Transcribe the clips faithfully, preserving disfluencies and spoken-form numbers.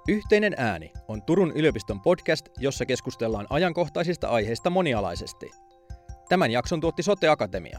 Yhteinen ääni on Turun yliopiston podcast, jossa keskustellaan ajankohtaisista aiheista monialaisesti. Tämän jakson tuotti Sote Akatemia.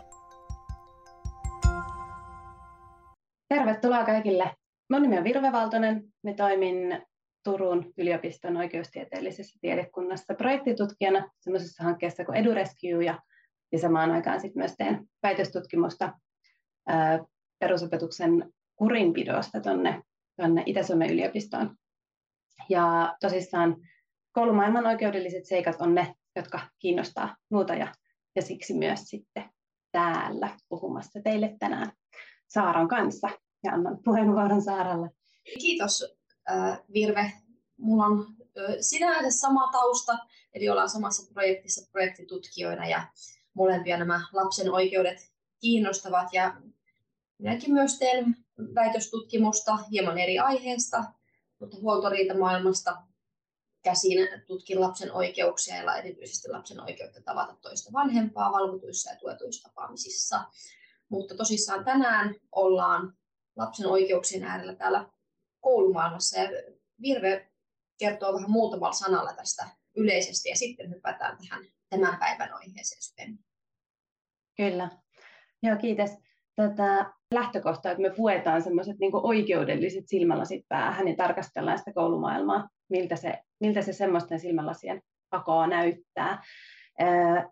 Tervetuloa kaikille. Minun nimi on Virve Valtonen. Minä toimin Turun yliopiston oikeustieteellisessä tiedekunnassa projektitutkijana sellaisessa hankkeessa kuin EduRescue ja, ja samaan aikaan sitten myös teen väitöstutkimusta ää, perusopetuksen kurinpidosta tuonne Itä-Suomen yliopistoon. Ja tosissaan koulumaailman oikeudelliset seikat on ne, jotka kiinnostaa muuta ja, ja siksi myös sitten täällä puhumassa teille tänään Saaran kanssa. Ja annan puheenvuoron Saaralle. Kiitos Virve. Mulla on sinänsä sama tausta, eli ollaan samassa projektissa projektitutkijoina ja molempia nämä lapsen oikeudet kiinnostavat. Ja minäkin myös teen väitöstutkimusta hieman eri aiheesta, mutta huoltoriitamaailmasta käsin tutkin lapsen oikeuksia ja erityisesti lapsen oikeutta tavata toista vanhempaa valvotuissa ja tuetuissa tapaamisissa. Mutta tosissaan tänään ollaan lapsen oikeuksien äärellä täällä koulumaailmassa ja Virve kertoo vähän muutamalla sanalla tästä yleisesti ja sitten hypätään tähän tämän päivän aiheeseen syvemmin. Kyllä. Joo, kiitos. Tätä lähtökohtaa, että me puetaan sellaiset niin kuin oikeudelliset silmälasit päähän ja tarkastellaan sitä koulumaailmaa, miltä se, miltä se semmoisten silmälasien pakoa näyttää. Ää,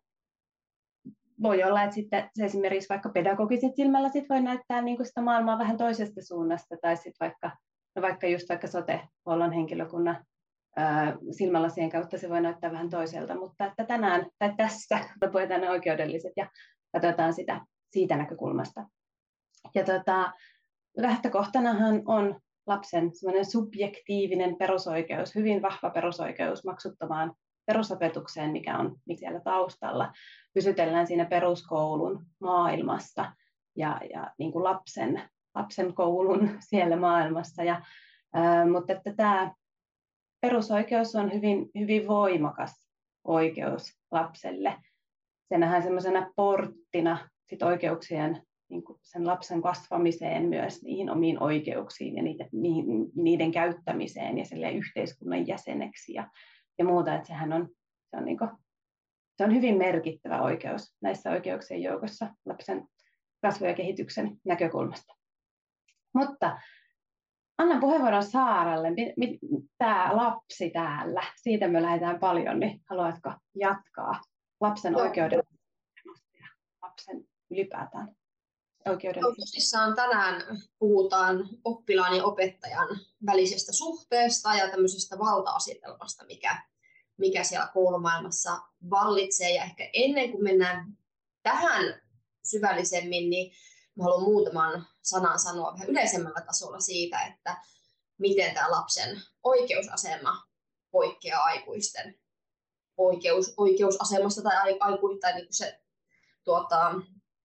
voi olla, että sitten se esimerkiksi vaikka pedagogiset silmälasit voi näyttää niin kuin sitä maailmaa vähän toisesta suunnasta, tai sitten vaikka, no vaikka just vaikka sote-huollon henkilökunnan ää, silmälasien kautta se voi näyttää vähän toiselta, mutta että tänään tai tässä puetaan ne oikeudelliset ja katsotaan sitä siitä näkökulmasta. Ja tota, lähtökohtanahan on lapsen subjektiivinen perusoikeus, hyvin vahva perusoikeus maksuttomaan perusopetukseen, mikä on siellä taustalla. Pysytellään siinä peruskoulun maailmassa ja, ja niin kuin lapsen, lapsen koulun siellä maailmassa. Ja, ää, mutta että tämä perusoikeus on hyvin, hyvin voimakas oikeus lapselle. Se nähdään semmoisena porttina sit oikeuksien, niin kuin sen lapsen kasvamiseen myös niihin omiin oikeuksiin ja niiden, niiden käyttämiseen ja yhteiskunnan jäseneksi ja, ja muuta. Että sehän on, se on, niin kuin, se on hyvin merkittävä oikeus näissä oikeuksien joukossa lapsen kasvun ja kehityksen näkökulmasta. Mutta annan puheenvuoron Saaralle. Tämä lapsi täällä, siitä me lähdetään paljon, niin haluatko jatkaa lapsen oikeuden ja lapsen ylipäätään oikeudellisuudesta? Tosissaan tänään puhutaan oppilaan ja opettajan välisestä suhteesta ja tämmöisestä valta-asetelmasta, mikä, mikä siellä koulumaailmassa vallitsee. Ja ehkä ennen kuin mennään tähän syvällisemmin, niin mä haluan muutaman sanan sanoa vähän yleisemmällä tasolla siitä, että miten tämä lapsen oikeusasema poikkeaa aikuisten oikeus, oikeusasemasta tai aikuista, niin se, tuota,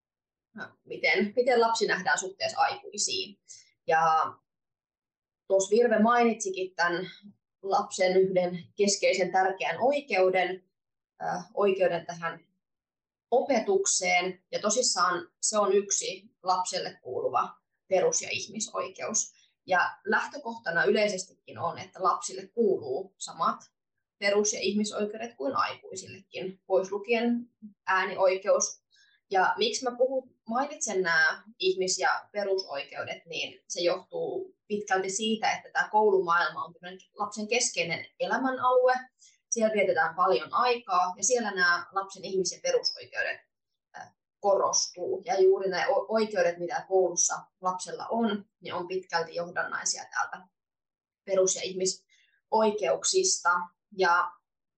miten, miten lapsi nähdään suhteessa aikuisiin. Ja tuossa Virve mainitsikin tämän lapsen yhden keskeisen tärkeän oikeuden, äh, oikeuden tähän opetukseen. Ja tosissaan se on yksi lapselle kuuluva perus- ja ihmisoikeus. Ja lähtökohtana yleisestikin on, että lapsille kuuluu samat perus- ja ihmisoikeudet kuin aikuisillekin, pois lukien äänioikeus. Ja miksi mä puhun, mainitsen nämä ihmis- ja perusoikeudet, niin se johtuu pitkälti siitä, että tämä koulumaailma on lapsen keskeinen elämänalue. Siellä vietetään paljon aikaa ja siellä nämä lapsen ihmis- ja perusoikeudet korostuu. Ja juuri nämä oikeudet, mitä koulussa lapsella on, niin on pitkälti johdannaisia täältä perus- ja ihmisoikeuksista. Ja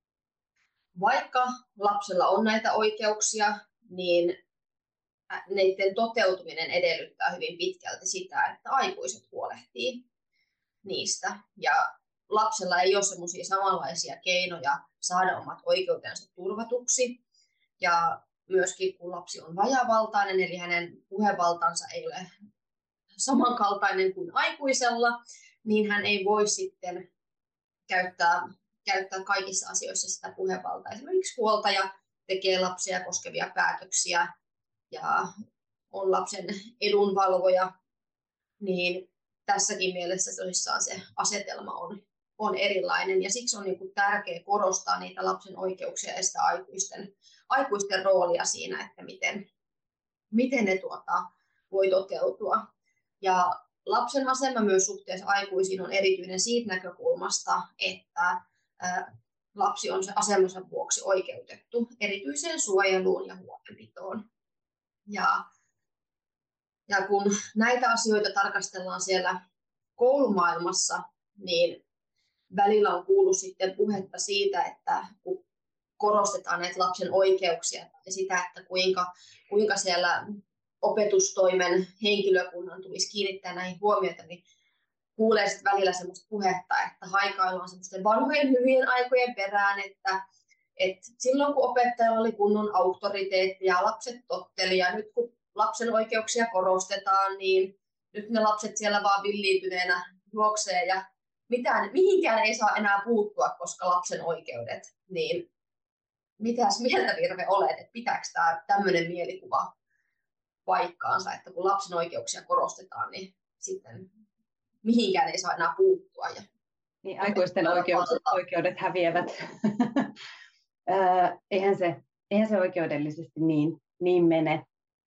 vaikka lapsella on näitä oikeuksia, niin niiden toteutuminen edellyttää hyvin pitkälti sitä, että aikuiset huolehtii niistä. Ja lapsella ei ole semmoisia samanlaisia keinoja saada omat oikeutensa turvatuksi. Ja myöskin kun lapsi on vajaavaltainen, eli hänen puhevaltansa ei ole samankaltainen kuin aikuisella, niin hän ei voi sitten käyttää, käyttää kaikissa asioissa sitä puhevaltaa. Esimerkiksi huoltaja tekee lapsia koskevia päätöksiä ja on lapsen edunvalvoja, niin tässäkin mielessä tosissaan se asetelma on, on erilainen, ja siksi on niin kuin tärkeää korostaa niitä lapsen oikeuksia ja sitä aikuisten, aikuisten roolia siinä, että miten, miten ne tuota, voi toteutua. Ja lapsen asema myös suhteessa aikuisiin on erityinen siitä näkökulmasta, että ää, lapsi on se asemansa vuoksi oikeutettu erityiseen suojeluun ja huolenpitoon. Ja, ja kun näitä asioita tarkastellaan siellä koulumaailmassa, niin välillä on kuullut sitten puhetta siitä, että kun korostetaan näitä lapsen oikeuksia ja sitä, että kuinka, kuinka siellä opetustoimen henkilökunnan tulisi kiinnittää näihin huomiota, niin kuulee sitten välillä semmoista puhetta, että haikaillaan semmoisten vanhojen hyvien aikojen perään, että, että silloin kun opettajalla oli kunnon auktoriteetti ja lapset totteli ja nyt kun lapsen oikeuksia korostetaan, niin nyt ne lapset siellä vaan villiintyneenä juoksee ja mitään, mihinkään ei saa enää puuttua, koska lapsen oikeudet, niin mitäs mieltä Virve olet, että pitääkö tämä tämmöinen mielikuva paikkaansa, että kun lapsen oikeuksia korostetaan, niin sitten mihinkään ei saa enää puuttua. Ja niin aikuisten oikeudet, oikeudet häviävät. eihän, se, eihän se oikeudellisesti niin, niin mene.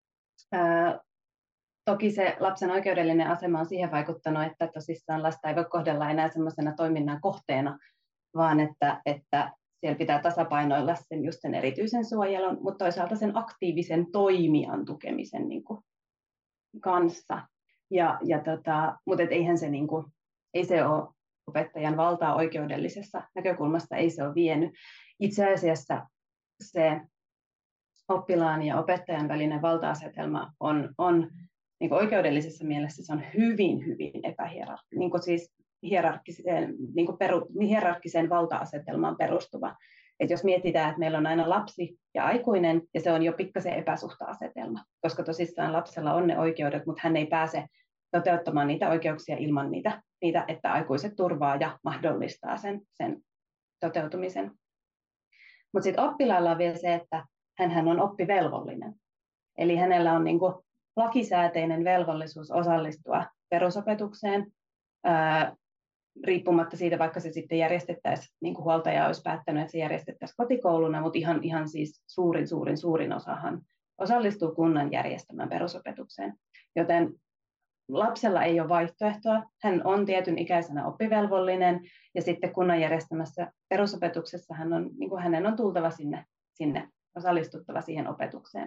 Toki se lapsen oikeudellinen asema on siihen vaikuttanut, että tosissaan lasta ei voi kohdella enää semmoisena toiminnan kohteena, vaan että, että siellä pitää tasapainoilla sen, just sen erityisen suojelun, mutta toisaalta sen aktiivisen toimijan tukemisen niin kuin, kanssa. Ja, ja tota, mutta et eihän se, niin kuin, ei se ole opettajan valtaa oikeudellisessa näkökulmasta, ei se ole vienyt. Itse asiassa se oppilaan ja opettajan välinen valta-asetelma on, on niin kuin oikeudellisessa mielessä se on hyvin, hyvin epähierarkkinen, niin kuin siis hierarkkiseen, niin kuin peru, hierarkkiseen valta-asetelmaan perustuva. Et jos mietitään, että meillä on aina lapsi ja aikuinen, ja se on jo pikkasen epäsuhta-asetelma, koska tosissaan lapsella on ne oikeudet, mutta hän ei pääse toteuttamaan niitä oikeuksia ilman niitä, niitä että aikuiset turvaa ja mahdollistaa sen, sen toteutumisen. Mutta sitten oppilaalla on vielä se, että hänhän on oppivelvollinen. Eli hänellä on niinku lakisääteinen velvollisuus osallistua perusopetukseen, ää, riippumatta siitä, vaikka se sitten järjestettäisiin, niin kuin huoltaja olisi päättänyt, että se järjestettäisiin kotikouluna, mutta ihan, ihan siis suurin, suurin, suurin osahan osallistuu kunnan järjestämään perusopetukseen. Joten lapsella ei ole vaihtoehtoa, hän on tietyn ikäisenä oppivelvollinen, ja sitten kunnan järjestämässä perusopetuksessa hän on, niin kuin hänen on tultava sinne, sinne osallistuttava siihen opetukseen.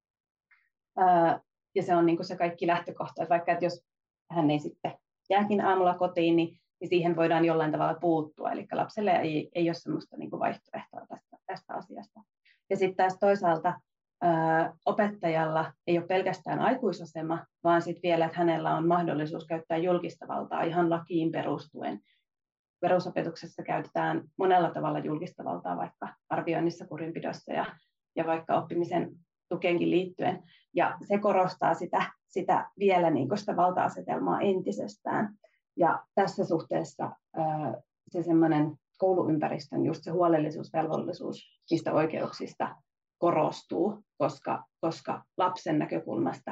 Ää, ja se on niin kuin se kaikki lähtökohta, että vaikka että jos hän ei sitten jääkin aamulla kotiin, niin, niin siihen voidaan jollain tavalla puuttua. Eli lapselle ei, ei ole sellaista niin kuin vaihtoehtoa tästä, tästä asiasta. Ja sitten taas toisaalta ää, opettajalla ei ole pelkästään aikuisasema, vaan sitten vielä, että hänellä on mahdollisuus käyttää julkista valtaa ihan lakiin perustuen. Perusopetuksessa käytetään monella tavalla julkista valtaa, vaikka arvioinnissa, kurinpidossa ja, ja vaikka oppimisen tukeenkin liittyen. Ja se korostaa sitä, sitä vielä niin kuin sitä valta-asetelmaa entisestään. Ja tässä suhteessa ää, se semmoinen kouluympäristön just se huolellisuusvelvollisuus niistä oikeuksista korostuu, koska, koska lapsen näkökulmasta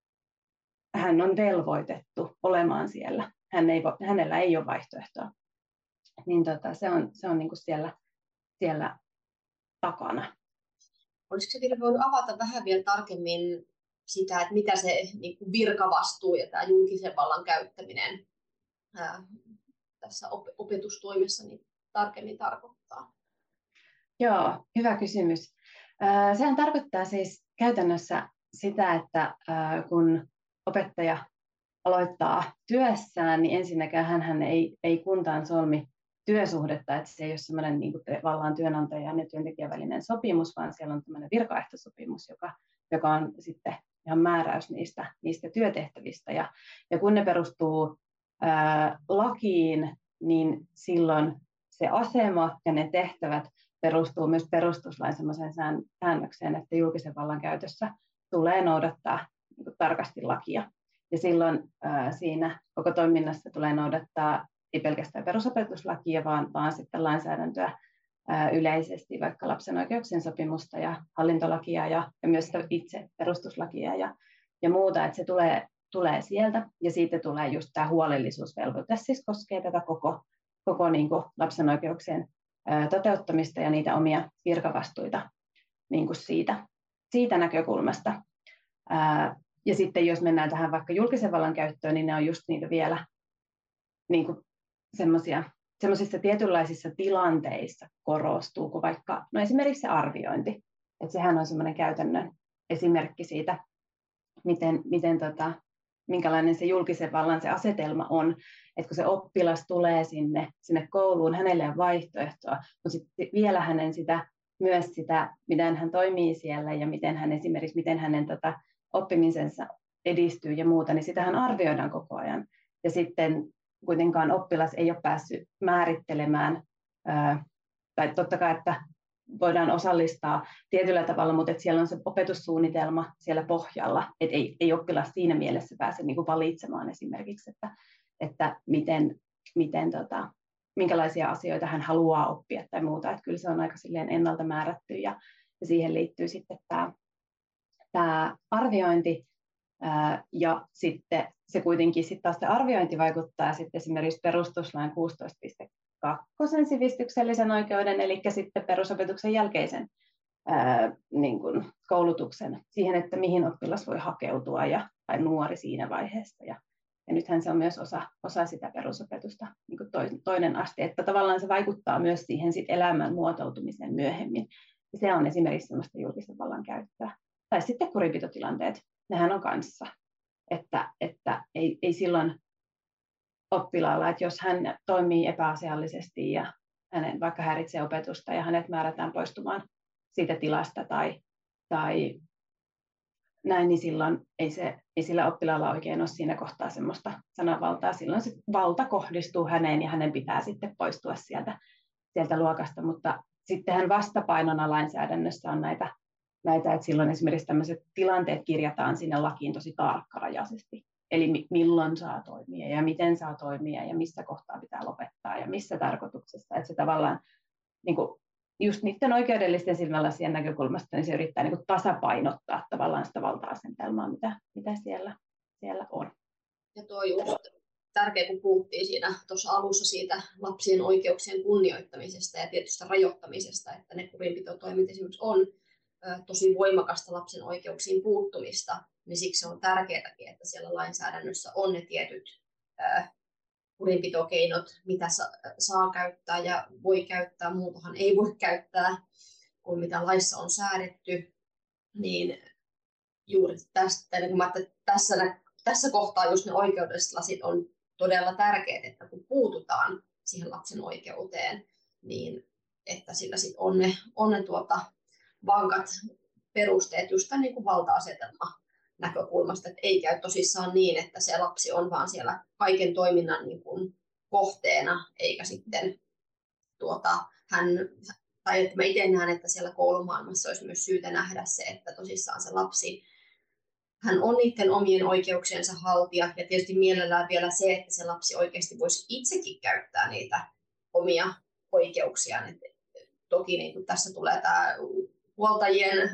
hän on velvoitettu olemaan siellä. Hän ei, hänellä ei ole vaihtoehtoa. Niin tota, se on, se on niin kuin siellä, siellä takana. Olisiko se vielä voinut avata vähän vielä tarkemmin sitä, että mitä se niin kuin virkavastuu ja tämä julkisen vallan käyttäminen ää, tässä op- opetustoimessa niin tarkemmin tarkoittaa? Joo, hyvä kysymys. Ää, sehän tarkoittaa siis käytännössä sitä, että ää, kun opettaja aloittaa työssään, niin ensinnäkään hän ei, ei kuntaan solmi työsuhdetta, että se ei ole semmoinen niin kuin vallan työnantajan ja työntekijän välinen sopimus, vaan siellä on tämmöinen virkaehtosopimus, joka, joka on sitten ihan määräys niistä, niistä työtehtävistä. Ja, ja kun ne perustuu ää, lakiin, niin silloin se asema ja ne tehtävät perustuu myös perustuslain semmoiseen säännökseen, että julkisen vallan käytössä tulee noudattaa niin kuin tarkasti lakia. Ja silloin ää, siinä koko toiminnassa tulee noudattaa ei pelkästään perusopetuslakia, vaan, vaan sitten lainsäädäntöä ää, yleisesti, vaikka lapsen oikeuksien sopimusta ja hallintolakia ja, ja myös itse perustuslakia ja, ja muuta, että se tulee, tulee sieltä. Ja siitä tulee just tämä huolellisuusvelvoite, siis koskee tätä koko, koko niin kuin lapsen oikeuksien toteuttamista ja niitä omia virkavastuita niin kuin siitä, siitä näkökulmasta. Ja sitten jos mennään tähän vaikka julkisen vallan käyttöön, niin ne on just niitä vielä niin kuin semmoisia, semmoisissa tietynlaisissa tilanteissa korostuu, kuin vaikka no esimerkiksi se arviointi. Että sehän on semmoinen käytännön esimerkki siitä, miten, miten tota, minkälainen se julkisen vallan se asetelma on, että kun se oppilas tulee sinne, sinne kouluun, hänelle on vaihtoehtoa, mutta sitten vielä hänen sitä, myös sitä, miten hän toimii siellä ja miten hän esimerkiksi, miten hänen tota, oppimisensa edistyy ja muuta, niin sitähän arvioidaan koko ajan. Ja sitten kuitenkaan oppilas ei ole päässyt määrittelemään, ää, tai totta kai, että voidaan osallistaa tietyllä tavalla, mutta että siellä on se opetussuunnitelma siellä pohjalla, että ei, ei oppilas siinä mielessä pääse niin kuin valitsemaan esimerkiksi, että, että miten, miten tota, minkälaisia asioita hän haluaa oppia tai muuta, että kyllä se on aika silleen ennalta määrätty ja, ja siihen liittyy sitten tämä, tämä arviointi ää, ja sitten se kuitenkin sitten taas se arviointi vaikuttaa sitten esimerkiksi perustuslain kuusitoista piste kaksi sivistyksellisen oikeuden, eli sitten perusopetuksen jälkeisen ää, niin kuin koulutuksen siihen, että mihin oppilas voi hakeutua ja, tai nuori siinä vaiheessa. Ja, ja nythän se on myös osa, osa sitä perusopetusta, niin kuin toinen aste, että tavallaan se vaikuttaa myös siihen sit elämän muotoutumiseen myöhemmin. Ja se on esimerkiksi sellaista julkisen vallan käyttöä. Tai sitten kurinpitotilanteet, nehän on kanssa, että, että ei, ei silloin oppilaalla, että jos hän toimii epäasiallisesti ja hänen vaikka häiritsee opetusta ja hänet määrätään poistumaan siitä tilasta tai, tai näin, niin silloin ei, se, ei sillä oppilaalla oikein ole siinä kohtaa semmoista sananvaltaa. Silloin se valta kohdistuu häneen ja hänen pitää sitten poistua sieltä, sieltä luokasta, mutta sittenhän vastapainona lainsäädännössä on näitä, näitä, että silloin esimerkiksi tämmöiset tilanteet kirjataan sinne lakiin tosi tarkkarajaisesti. Eli milloin saa toimia ja miten saa toimia ja missä kohtaa pitää lopettaa ja missä tarkoituksessa. Että se tavallaan niin kuin, just niiden oikeudellisten silmälasien näkökulmasta niin se yrittää niin kuin tasapainottaa tavallaan sitä valta-asetelmaa, mitä, mitä siellä, siellä on. Ja tuo on just tärkeä, kun puhuttiin siinä tuossa alussa siitä lapsien oikeuksien kunnioittamisesta ja tietystä rajoittamisesta, että ne kurinpitotoimet esimerkiksi on tosi voimakasta lapsen oikeuksiin puuttumista, niin siksi on tärkeääkin, että siellä lainsäädännössä on ne tietyt ää, kurinpitokeinot, mitä sa- saa käyttää ja voi käyttää, muutahan ei voi käyttää, kuin mitä laissa on säädetty. Niin juuri tästä, niin mä tässä, tässä kohtaa just ne oikeudelliset lasit on todella tärkeät, että kun puututaan siihen lapsen oikeuteen, niin että sillä sit on ne, on ne tuota, vankat perusteet just tämän niin kuin valta-asetelma näkökulmasta, että ei käy tosissaan niin, että se lapsi on vaan siellä kaiken toiminnan niin kuin kohteena, eikä sitten tuota, hän, tai että mä itse näen, että siellä koulumaailmassa olisi myös syytä nähdä se, että tosissaan se lapsi, hän on niiden omien oikeuksiensa haltija, ja tietysti mielellään vielä se, että se lapsi oikeasti voisi itsekin käyttää niitä omia oikeuksiaan. Et toki niin kuin tässä tulee tämä huoltajien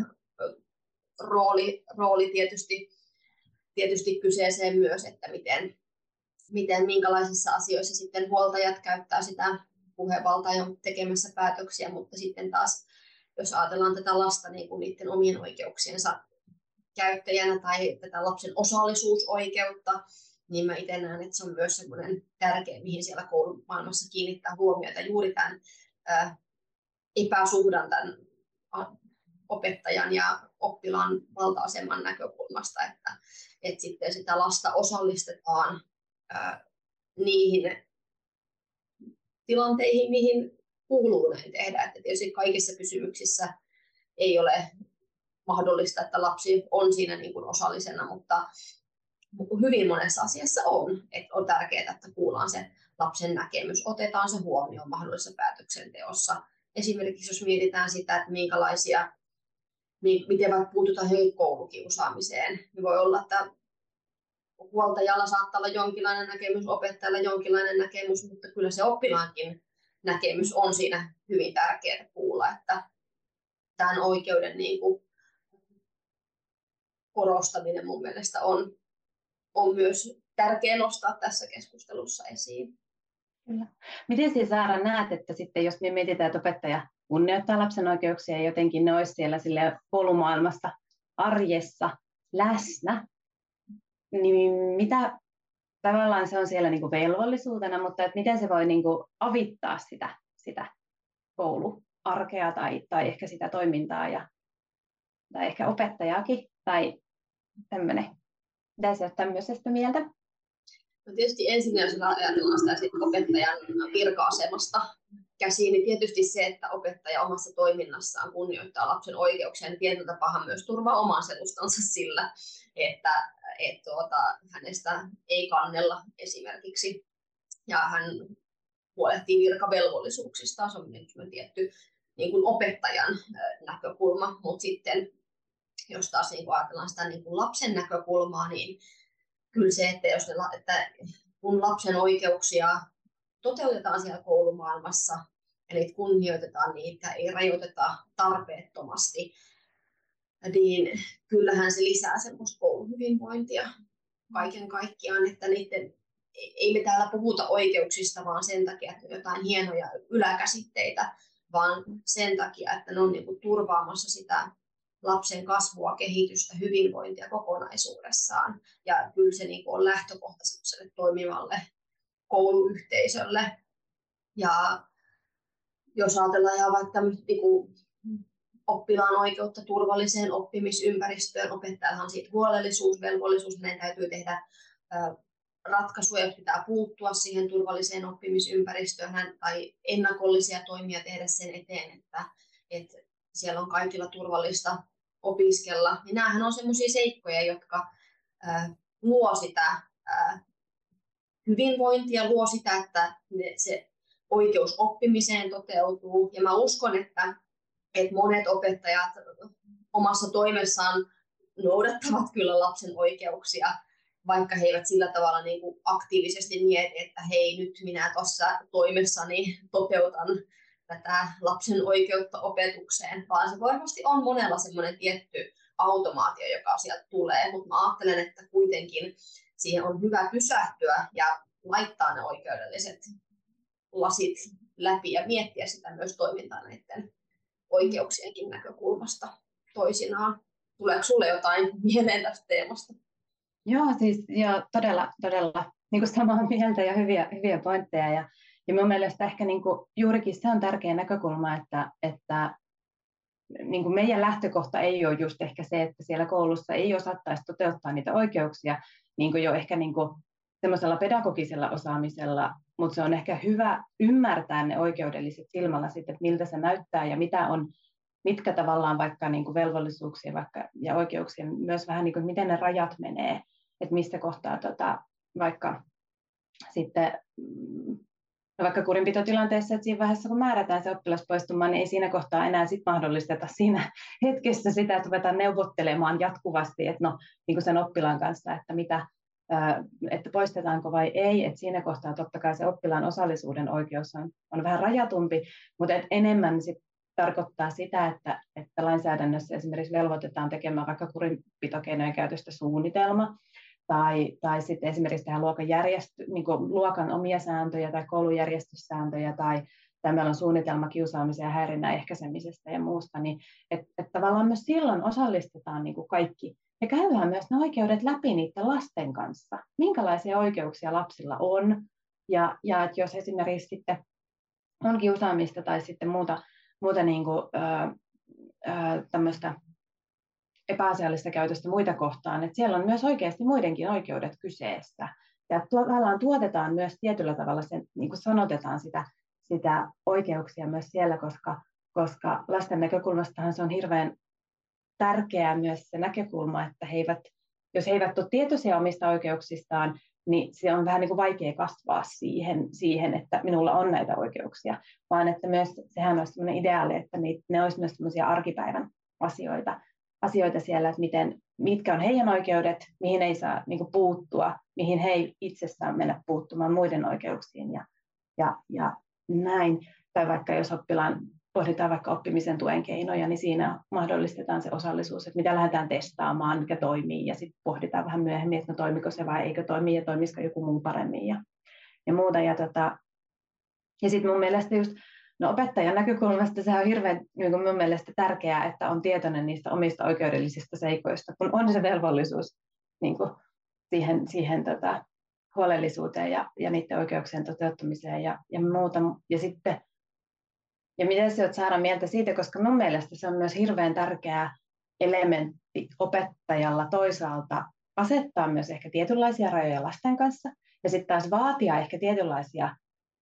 rooli, rooli tietysti, tietysti kyseeseen myös, että miten, miten, minkälaisissa asioissa sitten huoltajat käyttää sitä puhevaltaa ja tekemässä päätöksiä, mutta sitten taas, jos ajatellaan tätä lasta niin kuin niiden omien oikeuksiensa käyttäjänä tai tätä lapsen osallisuusoikeutta, niin mä itse näen, että se on myös semmoinen tärkeä, mihin siellä koulumaailmassa kiinnittää huomiota juuri tämän ää, epäsuhdan tämän opettajan ja oppilaan valta-aseman näkökulmasta, että, että sitten sitä lasta osallistetaan ää, niihin tilanteihin, mihin kuuluu näin tehdä. Että tietysti kaikissa kysymyksissä ei ole mahdollista, että lapsi on siinä niin kuin osallisena, mutta hyvin monessa asiassa on. Että on tärkeää, että kuullaan se lapsen näkemys, otetaan se huomioon mahdollisessa päätöksenteossa. Esimerkiksi jos mietitään sitä, että minkälaisia, miten vaikka puututaan koulukiusaamiseen, niin voi olla, että huoltajalla saattaa olla jonkinlainen näkemys, opettajalla jonkinlainen näkemys, mutta kyllä se oppilaankin näkemys on siinä hyvin tärkeää kuulla, että tämän oikeuden niin kuin korostaminen mun mielestä on, on myös tärkeää nostaa tässä keskustelussa esiin. Kyllä. Miten siis Saara näet, että sitten jos me mietitään, että opettaja kunnioittaa lapsen oikeuksia ja jotenkin ne olisi siellä sille koulumaailmassa arjessa läsnä, niin mitä tavallaan se on siellä niin kuin velvollisuutena, mutta että miten se voi niin kuin avittaa sitä, sitä kouluarkea tai, tai ehkä sitä toimintaa ja, tai ehkä opettajaakin tai tämmöinen. Mitä sä oot tämmöisestä mieltä? No tietysti ensin, jos ajatellaan sitä sit opettajan virka-asemasta käsiin, niin tietysti se, että opettaja omassa toiminnassaan kunnioittaa lapsen oikeuksia, niin tietyllä tapaa myös turvaa oman selustansa sillä, että et, tuota, hänestä ei kannella esimerkiksi, ja hän huolehtii virkavelvollisuuksista, se on tietty niin kuin opettajan näkökulma, mutta sitten jos taas niin kuin ajatellaan sitä niin kuin lapsen näkökulmaa, niin kyllä se, että, jos ne, että kun lapsen oikeuksia toteutetaan siellä koulumaailmassa ja niitä kunnioitetaan, niitä ei rajoiteta tarpeettomasti, niin kyllähän se lisää semmoista kouluhyvinvointia kaiken kaikkiaan, että niiden, ei me täällä puhuta oikeuksista vaan sen takia, että on jotain hienoja yläkäsitteitä, vaan sen takia, että ne on niin kuin turvaamassa sitä lapsen kasvua, kehitystä, hyvinvointia kokonaisuudessaan. Ja kyllä se niin kuin on lähtökohta sellaiselle toimivalle kouluyhteisölle. Ja jos ajatellaan ihan vaikka niin kuin oppilaan oikeutta turvalliseen oppimisympäristöön, opettajallahan siitä huolellisuusvelvollisuus, meidän täytyy tehdä ratkaisuja, jos pitää puuttua siihen turvalliseen oppimisympäristöön tai ennakollisia toimia tehdä sen eteen, että, että siellä on kaikilla turvallista opiskella. Niin nämähän on sellaisia seikkoja, jotka äh, luo sitä äh, hyvinvointia, luo sitä, että se oikeus oppimiseen toteutuu. Ja mä uskon, että, että monet opettajat omassa toimessaan noudattavat kyllä lapsen oikeuksia, vaikka he eivät sillä tavalla niin kuin aktiivisesti mieti, että hei, nyt minä tuossa toimessani toteutan tätä lapsen oikeutta opetukseen, vaan se varmasti on monella semmoinen tietty automaatio, joka sieltä tulee, mutta mä ajattelen, että kuitenkin siihen on hyvä pysähtyä ja laittaa ne oikeudelliset lasit läpi ja miettiä sitä myös toimintaa näiden oikeuksienkin näkökulmasta toisinaan. Tuleeko sulle jotain mieleen tästä teemasta? Joo, siis joo, todella, todella niin kuin samaa mieltä ja hyviä, hyviä pointteja. Ja, ja minun mielestä ehkä niin kuin, juurikin se on tärkeä näkökulma, että, että niin kuin meidän lähtökohta ei ole just ehkä se, että siellä koulussa ei osattaisi toteuttaa niitä oikeuksia niin kuin jo ehkä niin kuin semmoisella pedagogisella osaamisella, mutta se on ehkä hyvä ymmärtää ne oikeudelliset silmälasit, että miltä se näyttää ja mitä on, mitkä tavallaan vaikka niin kuin velvollisuuksia vaikka, ja oikeuksia, myös vähän niin kuin, miten ne rajat menee, että missä kohtaa tota, vaikka sitten no vaikka kurinpitotilanteessa, että siinä vaiheessa kun määrätään se oppilas poistumaan, niin ei siinä kohtaa enää sit mahdollisteta siinä hetkessä sitä, että ruvetaan neuvottelemaan jatkuvasti, että no, niin kuin sen oppilaan kanssa, että mitä, että poistetaanko vai ei, että siinä kohtaa totta kai se oppilaan osallisuuden oikeus on, on vähän rajatumpi, mutta et enemmän sit tarkoittaa sitä, että, että lainsäädännössä esimerkiksi velvoitetaan tekemään vaikka kurinpitokeinojen käytöstä suunnitelma, tai, tai sitten esimerkiksi tähän luokan, järjesty, niin kuin luokan omia sääntöjä tai koulujärjestyssääntöjä, tai, tai meillä on suunnitelma kiusaamisen ja häirinnän ehkäisemisestä ja muusta, niin että et tavallaan myös silloin osallistetaan niin kuin kaikki, ja käydään myös ne oikeudet läpi niiden lasten kanssa, minkälaisia oikeuksia lapsilla on, ja, ja että jos esimerkiksi sitten on kiusaamista tai sitten muuta, muuta niin kuin, ää, ää, tämmöistä epäasiallista käytöstä muita kohtaan, että siellä on myös oikeasti muidenkin oikeudet kyseessä. Ja tavallaan tuotetaan myös tietyllä tavalla, sen, niin kuin sanotetaan sitä, sitä oikeuksia myös siellä, koska, koska lasten näkökulmastahan se on hirveän tärkeää myös se näkökulma, että he eivät, jos he eivät ole tietoisia omista oikeuksistaan, niin se on vähän niin kuin vaikea kasvaa siihen, siihen, että minulla on näitä oikeuksia, vaan että myös sehän olisi sellainen ideaali, että ne olisi myös sellaisia arkipäivän asioita, asioita siellä, että miten, mitkä on heidän oikeudet, mihin ei saa niin kuin puuttua, mihin he ei itsessään mennä puuttumaan muiden oikeuksiin ja, ja, ja näin. Tai vaikka jos oppilaan pohditaan vaikka oppimisen tuen keinoja, niin siinä mahdollistetaan se osallisuus, että mitä lähdetään testaamaan, mikä toimii, ja sitten pohditaan vähän myöhemmin, että no toimiko se vai eikö toimi, ja toimisiko joku muu paremmin ja, ja muuta. Ja tota, Ja sitten mun mielestä just, no opettajan näkökulmasta se on hirveän niin kuin mun mielestä tärkeää, että on tietoinen niistä omista oikeudellisista seikoista, kun on se velvollisuus niin kuin siihen, siihen tota, huolellisuuteen ja, ja niiden oikeuksien toteuttamiseen ja, ja muuta. Ja sitten, ja miten sä oot Saara mieltä siitä, koska mun mielestä se on myös hirveän tärkeä elementti opettajalla toisaalta asettaa myös ehkä tietynlaisia rajoja lasten kanssa ja sitten taas vaatia ehkä tietynlaisia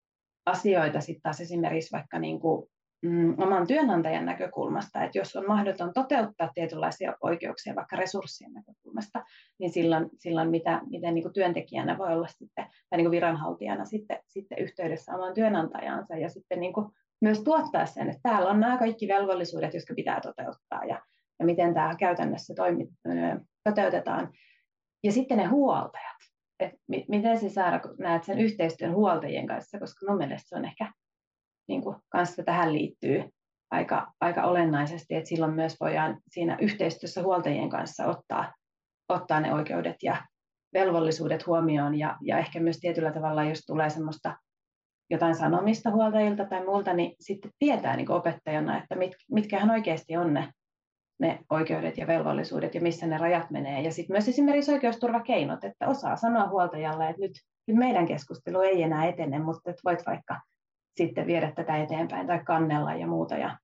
asioita sitten taas esimerkiksi vaikka niin kuin, mm, oman työnantajan näkökulmasta, että jos on mahdoton toteuttaa tietynlaisia oikeuksia vaikka resurssien näkökulmasta, niin silloin, silloin mitä, miten niin kuin työntekijänä voi olla sitten, tai niin kuin viranhaltijana sitten, sitten yhteydessä omaan työnantajansa ja sitten niin kuin myös tuottaa sen, että täällä on nämä kaikki velvollisuudet, jotka pitää toteuttaa ja, ja miten tämä käytännössä toimi, toteutetaan. Ja sitten ne huoltajat. Et miten se Saara, kun näet sen yhteistyön huoltajien kanssa, koska mun mielestä se on ehkä niin kuin, kanssa tähän liittyy aika, aika olennaisesti, että silloin myös voidaan siinä yhteistyössä huoltajien kanssa ottaa, ottaa ne oikeudet ja velvollisuudet huomioon ja, ja ehkä myös tietyllä tavalla, jos tulee semmoista jotain sanomista huoltajilta tai muulta, niin sitten tietää niin kuin opettajana, että mit, mitkähän oikeasti on ne ne oikeudet ja velvollisuudet ja missä ne rajat menee. Ja sitten myös esimerkiksi oikeusturvakeinot, että osaa sanoa huoltajalle, että nyt, nyt meidän keskustelu ei enää etene, mutta että voit vaikka sitten viedä tätä eteenpäin tai kannella ja muuta. Ja,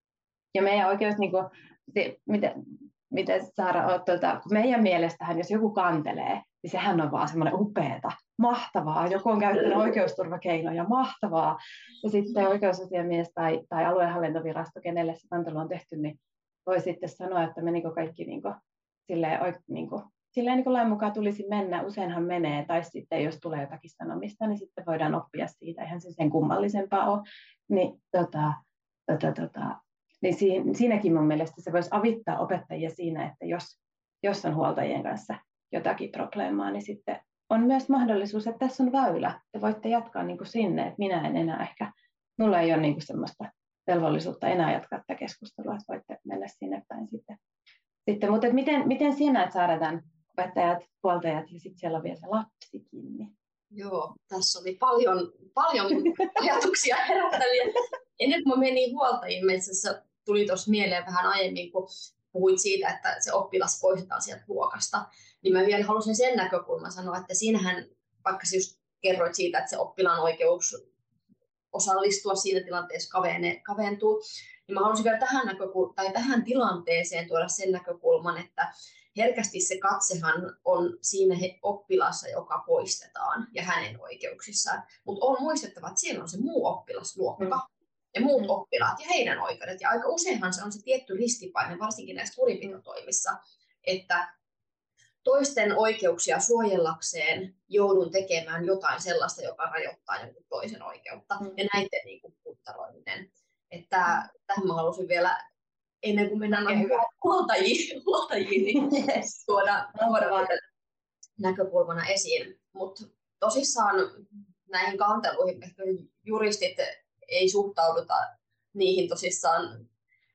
ja meidän oikeus, niin kuin, se, miten, miten Saara oot, tuota, kun meidän mielestähän, jos joku kantelee, niin sehän on vaan semmoinen upeata, mahtavaa. Joku on käyttänyt oikeusturvakeinoja, mahtavaa. Ja sitten oikeusasiamies tai, tai aluehallintovirasto, kenelle se kantelu on tehty, niin voi sitten sanoa, että menikö kaikki niin kuin, silleen, niin kuin, silleen niin kuin lain mukaan tulisi mennä, useinhan menee, tai sitten jos tulee jotakin sanomista, niin sitten voidaan oppia siitä, eihän se sen kummallisempaa ole. Niin, tota, tota, tota, niin siinä, siinäkin mun mielestä se voisi avittaa opettajia siinä, että jos, jos on huoltajien kanssa jotakin probleemaa, niin sitten on myös mahdollisuus, että tässä on väylä, te voitte jatkaa niin kuin sinne, että minä en enää ehkä, mulla ei ole niin kuin semmoista velvollisuutta enää jatkaa tätä keskustelua, että voitte mennä sinne päin sitten. sitten mutta miten, miten sinä näet Saara tämän opettajat, huoltajat ja sitten siellä on vielä se lapsikin? Joo, tässä oli paljon, paljon ajatuksia herättäviä. Ennen kuin mä menin huoltajiin, metsässä tuli tuossa mieleen vähän aiemmin, kun puhuit siitä, että se oppilas poistetaan sieltä luokasta, niin mä vielä halusin sen näkökulman sanoa, että siinähän, vaikka sä just kerroit siitä, että se oppilaan oikeus osallistua siinä tilanteessa kavene, kaventuu, niin mä haluaisin vielä tähän, näkökul- tai tähän tilanteeseen tuoda sen näkökulman, että herkästi se katsehan on siinä oppilaassa, joka poistetaan ja hänen oikeuksissaan, mutta on muistettava, että siellä on se muu oppilasluokka mm. ja muut mm. oppilaat ja heidän oikeudet, ja aika useinhan se on se tietty ristipaine, varsinkin näissä kurinpitotoimissa, että toisten oikeuksia suojellakseen joudun tekemään jotain sellaista, joka rajoittaa jonkun toisen oikeutta. Mm. Ja näiden niin kuin, puttaroiminen. Että tähän mä halusin vielä, ennen kuin mennään noihin huoltajiin, huoltajiin niin tuoda, tuoda näkökulmana esiin. Mutta tosissaan näihin kanteluihin ehkä juristit ei suhtauduta niihin tosissaan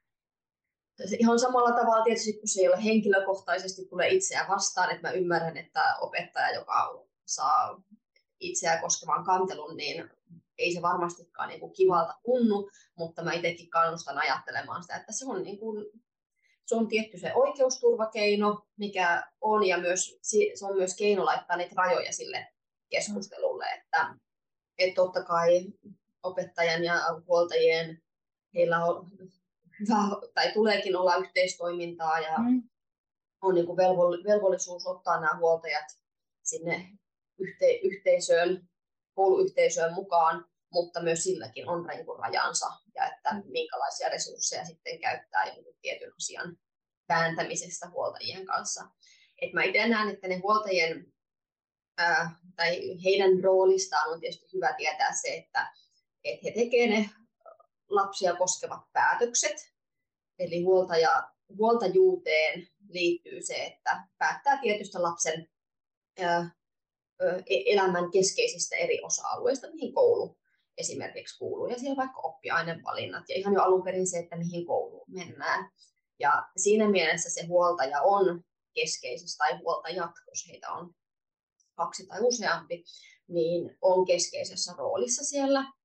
ihan samalla tavalla tietysti, kun se ei ole henkilökohtaisesti tulee itseään vastaan, että mä ymmärrän, että opettaja, joka saa itseään koskevan kantelun, niin ei se varmastikaan niin kuin kivalta tunnu, mutta mä itsekin kannustan ajattelemaan sitä, että se on, niin kuin, se on tietty se oikeusturvakeino, mikä on, ja myös, se on myös keino laittaa niitä rajoja sille keskustelulle, että, että totta kai opettajan ja huoltajien heillä on hyvä, tai tuleekin olla yhteistoimintaa ja mm. on niin kuin velvollisuus ottaa nämä huoltajat sinne yhte, yhteisöön, kouluyhteisöön mukaan, mutta myös silläkin on niin kuin rajansa ja että mm. minkälaisia resursseja sitten käyttää jonkun tietyn asian vääntämisestä huoltajien kanssa. Et mä itse näen, että ne huoltajien ää, tai heidän roolistaan on tietysti hyvä tietää se, että, että he tekevät ne lapsia koskevat päätökset, eli huoltaja, huoltajuuteen liittyy se, että päättää tietystä lapsen ää, elämän keskeisistä eri osa-alueista, mihin koulu esimerkiksi kuuluu, ja siellä vaikka oppiainevalinnat, ja ihan jo alun perin se, että mihin kouluun mennään. Ja siinä mielessä se huoltaja on keskeisessä, tai huoltajat, jos heitä on kaksi tai useampi, niin on keskeisessä roolissa siellä.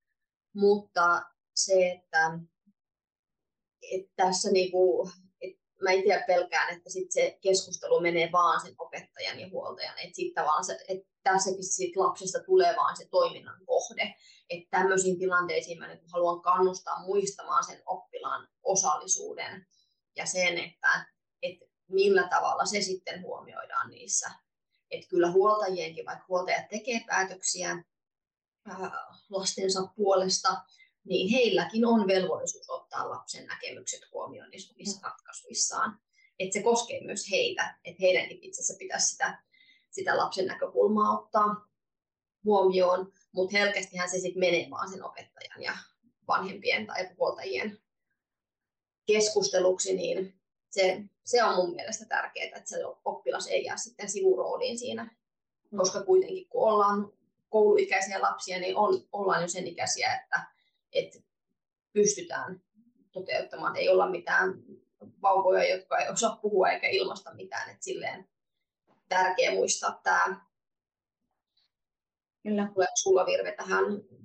mutta se, että, että tässä niinku, että mä itse pelkään, että sit se keskustelu menee vaan sen opettajan ja huoltajan, että sitten vaan se, että tässäkin sit lapsesta tulee vaan se toiminnan kohde, että tämmöisiin tilanteisiin mä niin haluan kannustaa muistamaan sen oppilaan osallisuuden ja sen, että, että millä tavalla se sitten huomioidaan niissä. Että kyllä huoltajienkin, vaikka huoltajat tekee päätöksiä ää, lastensa puolesta, niin heilläkin on velvollisuus ottaa lapsen näkemykset huomioon niissä omissa ratkaisuissaan. Että se koskee myös heitä, että heidänkin itse asiassa pitäisi sitä, sitä lapsen näkökulmaa ottaa huomioon, mutta helkästihän se sitten menee vaan sen opettajan ja vanhempien tai huoltajien keskusteluksi, niin se, se on mun mielestä tärkeää, että se oppilas ei jää sitten sivurooliin siinä, koska kuitenkin kun ollaan kouluikäisiä lapsia, niin on, ollaan jo sen ikäisiä, että, että pystytään toteuttamaan, ei olla mitään vauvoja, jotka ei osaa puhua eikä ilmaista mitään, että silleen tärkeää muistaa tämä. Kyllä. Tuleeko sulla, Virve, tähän?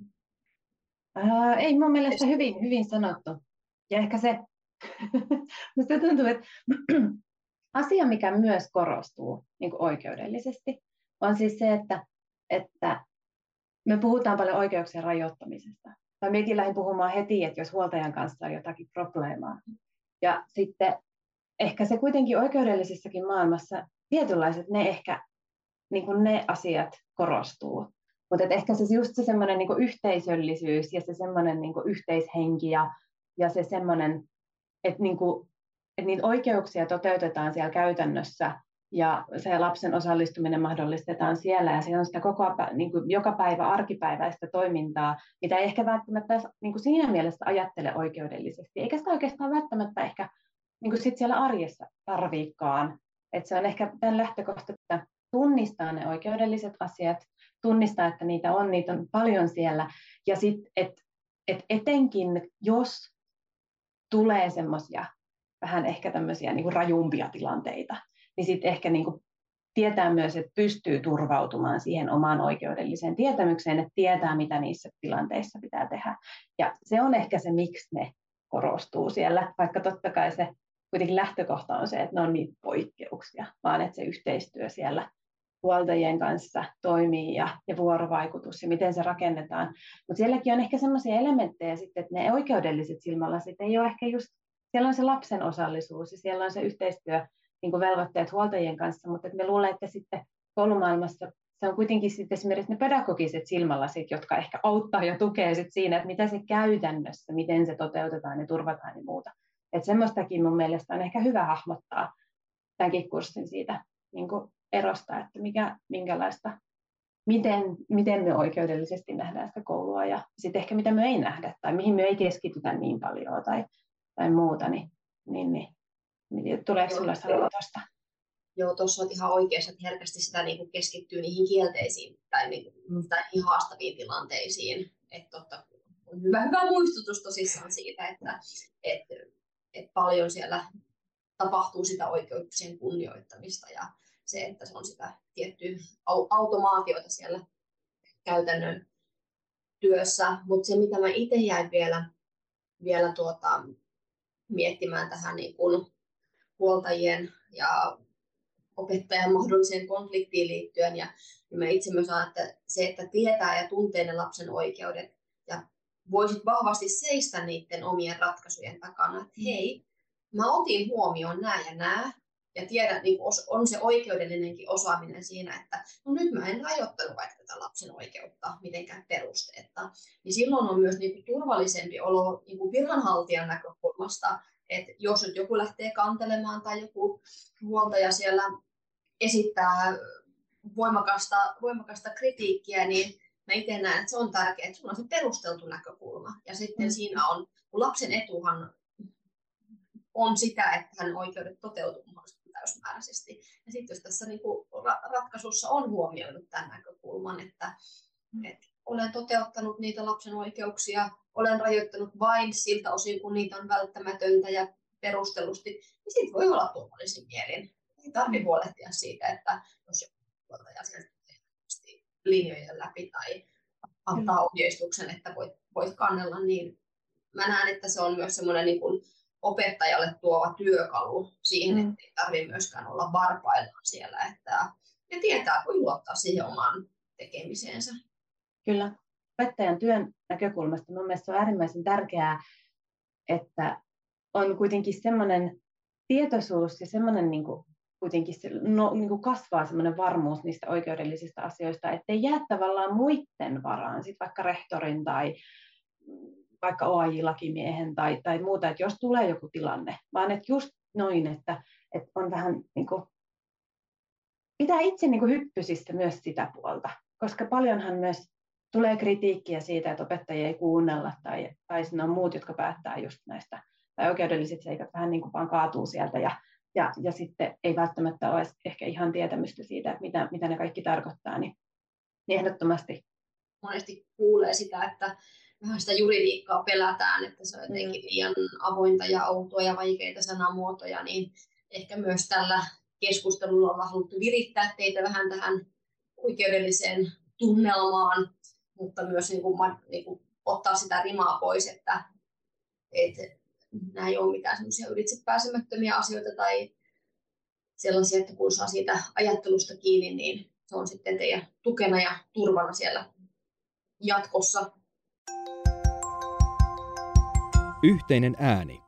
Ää, ei mun mielestä hyvin, hyvin sanottu. Ja ehkä se, musta tuntuu, että asia, mikä myös korostuu niin kuin oikeudellisesti, on siis se, että, että me puhutaan paljon oikeuksien rajoittamisesta. Tai minäkin lähdin puhumaan heti, että jos huoltajan kanssa on jotakin probleemaa. Ja sitten ehkä se kuitenkin oikeudellisessakin maailmassa tietynlaiset ne ehkä niin kuin ne asiat korostuu. Mutta ehkä se just se semmoinen niin kuin yhteisöllisyys ja se semmoinen niin kuin yhteishenki ja, ja se semmoinen, että, niin kuin, että niitä oikeuksia toteutetaan siellä käytännössä ja se lapsen osallistuminen mahdollistetaan siellä ja siellä on sitä koko, niin kuin joka päivä arkipäiväistä toimintaa, mitä ei ehkä välttämättä niin kuin siinä mielessä ajattele oikeudellisesti, eikä sitä oikeastaan välttämättä ehkä niin kuin sit siellä arjessa tarviikaan. Että se on ehkä tämän lähtökohta, että tunnistaa ne oikeudelliset asiat, tunnistaa, että niitä on, niitä on paljon siellä. Ja sitten, että et etenkin, jos tulee semmoisia vähän ehkä tämmöisiä niin kuin rajumpia tilanteita, niin sitten ehkä niin kuin tietää myös, että pystyy turvautumaan siihen omaan oikeudelliseen tietämykseen, että tietää, mitä niissä tilanteissa pitää tehdä. Ja se on ehkä se, miksi ne korostuu siellä, vaikka totta kai se kuitenkin lähtökohta on se, että ne on niitä poikkeuksia, vaan että se yhteistyö siellä huoltajien kanssa toimii ja, ja vuorovaikutus ja miten se rakennetaan. Mutta sielläkin on ehkä sellaisia elementtejä sitten, että ne oikeudelliset silmälasit ei ole ehkä just, siellä on se lapsen osallisuus ja siellä on se yhteistyö, niin kuin velvoitteet huoltajien kanssa, mutta me luulen, että sitten koulumaailmassa se on kuitenkin sitten esimerkiksi ne pedagogiset silmälasit, jotka ehkä auttaa ja tukee sitten siinä, että mitä se käytännössä, miten se toteutetaan ja turvataan ja muuta. Että semmoistakin mun mielestä on ehkä hyvä hahmottaa tämänkin kurssin siitä niin kuin erosta, että mikä, minkälaista, miten, miten me oikeudellisesti nähdään sitä koulua ja sitten ehkä mitä me ei nähdä tai mihin me ei keskitytä niin paljon tai, tai muuta, niin, niin, niin tuleeko sinulla sanoa tuosta? Joo, tuossa olet ihan oikeassa, että herkästi sitä niin kuin keskittyy niihin kielteisiin tai, niin kuin, tai niihin haastaviin tilanteisiin. Että totta, on hyvä, hyvä muistutus tosissaan siitä, että, että, että paljon siellä tapahtuu sitä oikeuksien kunnioittamista ja se, että se on sitä tiettyä automaatiota siellä käytännön työssä. Mutta se, mitä mä itse jäin vielä, vielä tuota, miettimään tähän niin kuin huoltajien ja opettajan mahdolliseen konfliktiin liittyen. Ja mä itse myös sanon, että se, että tietää ja tuntee ne lapsen oikeudet ja voisit vahvasti seistä niiden omien ratkaisujen takana, että hei, mä otin huomioon nämä ja nämä, ja tiedän, niin on se oikeudellinenkin osaaminen siinä, että no nyt mä en rajoittanut vaikka tätä lapsen oikeutta mitenkään perusteetta, niin silloin on myös niin kuin turvallisempi olo niin kuin viranhaltijan näkökulmasta, että jos nyt joku lähtee kantelemaan tai joku huoltaja siellä esittää voimakasta, voimakasta kritiikkiä, niin mä itse näen, että se on tärkeää, että sulla on se perusteltu näkökulma. Ja sitten mm. siinä on, kun lapsen etuhan on sitä, että hänen oikeudet toteutuu mahdollisimman täysimääräisesti. Ja sitten jos tässä niin kuin ratkaisussa on huomioinut tämän näkökulman, että, mm. että olen toteuttanut niitä lapsen oikeuksia, olen rajoittanut vain siltä osin, kun niitä on välttämätöntä ja perustellusti, niin sitten voi olla turvallisin mielin. Ei tarvitse huolehtia siitä, että jos joku huoltaja sieltä linjojen läpi tai antaa ohjeistuksen, että voit voit kannella, niin mä näen, että se on myös semmoinen niin kuin opettajalle tuova työkalu siihen, mm. että ei tarvitse myöskään olla varpaillaan siellä, että ne tietää, kuin luottaa siihen omaan tekemiseensä. Kyllä. Opettajan työn näkökulmasta mun mielestä on äärimmäisen tärkeää, että on kuitenkin semmoinen tietoisuus ja semmoinen niin kuin, kuitenkin se, no, niin kuin kasvaa semmoinen varmuus niistä oikeudellisista asioista, ettei jää tavallaan muiden varaan, sit vaikka rehtorin tai vaikka O A J-lakimiehen tai, tai muuta, että jos tulee joku tilanne, vaan että just noin, että, että on vähän niin kuin, pitää itse niin kuin hyppysissä myös sitä puolta, koska paljonhan myös tulee kritiikkiä siitä, että opettajia ei kuunnella tai, tai siinä on muut, jotka päättää just näistä, tai oikeudelliset seikat vähän niin kuin vaan kaatuu sieltä ja, ja, ja sitten ei välttämättä ole ehkä ihan tietämystä siitä, että mitä, mitä ne kaikki tarkoittaa, niin, niin ehdottomasti. Monesti kuulee sitä, että vähän sitä juridiikkaa pelätään, että se on jotenkin liian avointa ja outoa ja vaikeita sanamuotoja, niin ehkä myös tällä keskustelulla on haluttu virittää teitä vähän tähän oikeudelliseen tunnelmaan, mutta myös niin kuin, niin kuin, ottaa sitä rimaa pois, että, että nämä ei ole mitään semmoisia ylitsepääsemättömiä asioita tai sellaisia, että kun saa siitä ajattelusta kiinni, niin se on sitten teidän tukena ja turvana siellä jatkossa. Yhteinen ääni.